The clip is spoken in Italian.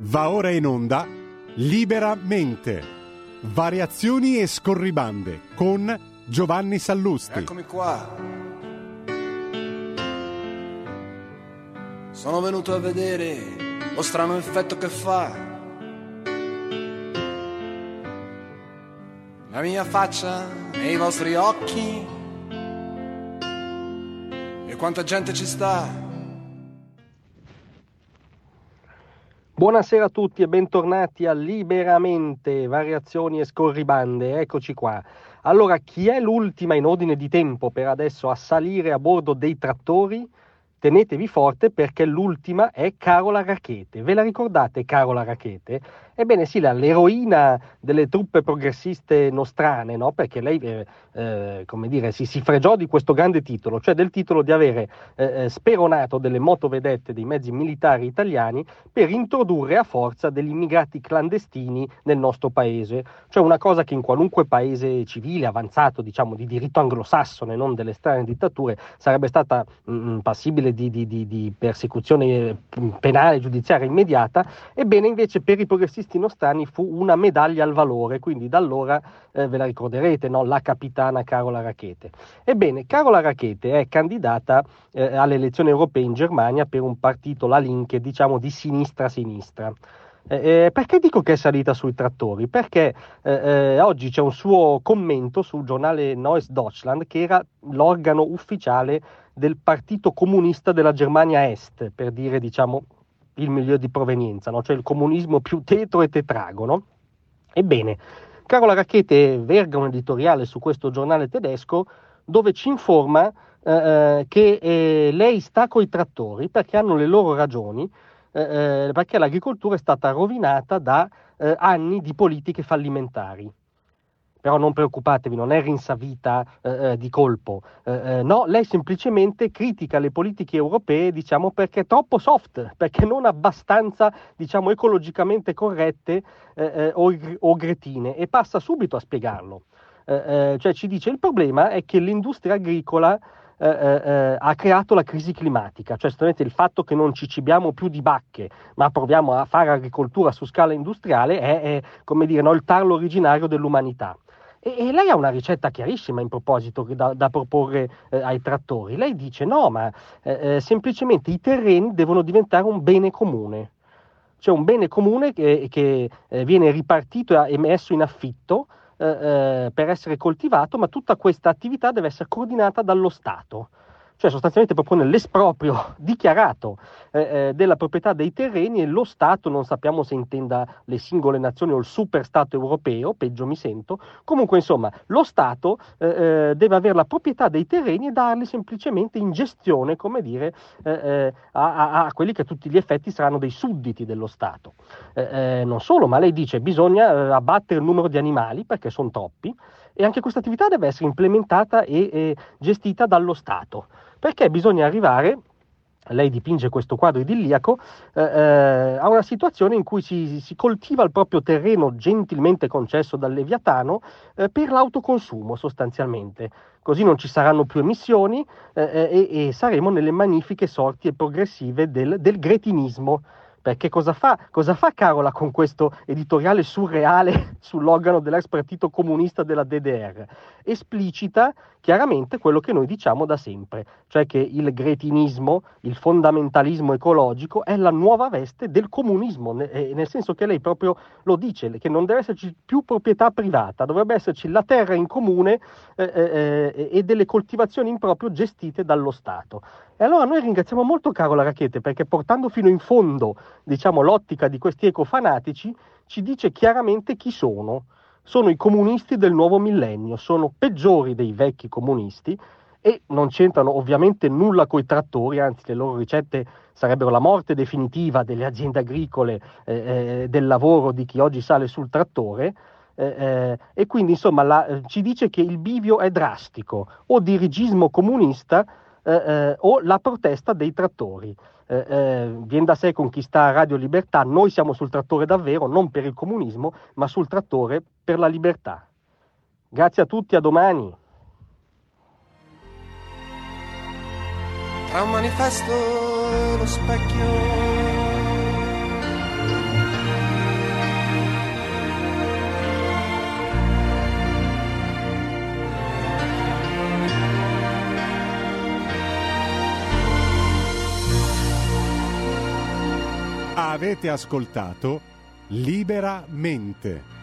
Va ora in onda Liberamente. Variazioni e scorribande con Giovanni Sallusti. Eccomi qua. Sono venuto a vedere lo strano effetto che fa la mia faccia nei vostri occhi e quanta gente ci sta. Buonasera a tutti e bentornati a Liberamente, variazioni e scorribande, eccoci qua. Allora, chi è l'ultima in ordine di tempo per adesso a salire a bordo dei trattori? Tenetevi forte perché l'ultima è Carola Rackete. Ve la ricordate Carola Rackete? Ebbene sì, l'eroina delle truppe progressiste nostrane, no? Perché lei, si fregiò di questo grande titolo, cioè del titolo di avere speronato delle motovedette dei mezzi militari italiani per introdurre a forza degli immigrati clandestini nel nostro paese. Cioè una cosa che in qualunque paese civile, avanzato, diciamo, di diritto anglosassone, non delle strane dittature, sarebbe stata passibile di persecuzione penale, giudiziaria immediata. Ebbene invece per i progressisti nostrani fu una medaglia al valore, quindi da allora ve la ricorderete, no? La capitana Carola Rackete. Ebbene, Carola Rackete è candidata alle elezioni europee in Germania per un partito, la Linke, diciamo di sinistra-sinistra. Perché dico che è salita sui trattori? Perché oggi c'è un suo commento sul giornale Neues Deutschland, che era l'organo ufficiale del Partito Comunista della Germania Est, per dire, diciamo, il milieu di provenienza, no? Cioè il comunismo più tetro e tetragono. Ebbene, Carola Rackete verga un editoriale su questo giornale tedesco dove ci informa che lei sta coi trattori perché hanno le loro ragioni, perché l'agricoltura è stata rovinata da anni di politiche fallimentari. Però non preoccupatevi, non è rinsavita di colpo, no, lei semplicemente critica le politiche europee, diciamo, perché troppo soft, perché non abbastanza, diciamo, ecologicamente corrette o gretine, e passa subito a spiegarlo. Cioè ci dice: il problema è che l'industria agricola ha creato la crisi climatica, cioè sostanzialmente il fatto che non ci cibiamo più di bacche, ma proviamo a fare agricoltura su scala industriale è come dire, no, il tarlo originario dell'umanità. E lei ha una ricetta chiarissima in proposito da proporre ai trattori. Lei dice: no, ma semplicemente i terreni devono diventare un bene comune, cioè un bene comune che viene ripartito e messo in affitto per essere coltivato, ma tutta questa attività deve essere coordinata dallo Stato. Cioè sostanzialmente propone l'esproprio dichiarato della proprietà dei terreni, e lo Stato, non sappiamo se intenda le singole nazioni o il super Stato europeo, peggio mi sento, comunque insomma lo Stato deve avere la proprietà dei terreni e darli semplicemente in gestione, come dire, a quelli che a tutti gli effetti saranno dei sudditi dello Stato. Non solo, ma lei dice bisogna abbattere il numero di animali perché sono troppi, e anche questa attività deve essere implementata e gestita dallo Stato, perché bisogna arrivare, lei dipinge questo quadro idilliaco, a una situazione in cui si coltiva il proprio terreno gentilmente concesso dal Leviatano per l'autoconsumo sostanzialmente. Così non ci saranno più emissioni e saremo nelle magnifiche sorti e progressive del gretinismo. Perché cosa fa Carola con questo editoriale surreale sull'organo dell'ex partito comunista della DDR? Esplicita chiaramente quello che noi diciamo da sempre, cioè che il gretinismo, il fondamentalismo ecologico è la nuova veste del comunismo, nel senso che lei proprio lo dice, che non deve esserci più proprietà privata, dovrebbe esserci la terra in comune e delle coltivazioni in proprio gestite dallo Stato. E allora noi ringraziamo molto Carola Rackete, perché portando fino in fondo, diciamo, l'ottica di questi ecofanatici, ci dice chiaramente chi sono. Sono i comunisti del nuovo millennio, sono peggiori dei vecchi comunisti e non c'entrano ovviamente nulla coi trattori, anzi le loro ricette sarebbero la morte definitiva delle aziende agricole, del lavoro di chi oggi sale sul trattore. E quindi insomma ci dice che il bivio è drastico: o dirigismo comunista o la protesta dei trattori. Viene da sé con chi sta a Radio Libertà: noi siamo sul trattore davvero, non per il comunismo, ma sul trattore per la libertà. Grazie a tutti, a domani. Tra un manifesto e lo specchio Avete ascoltato Liberamente.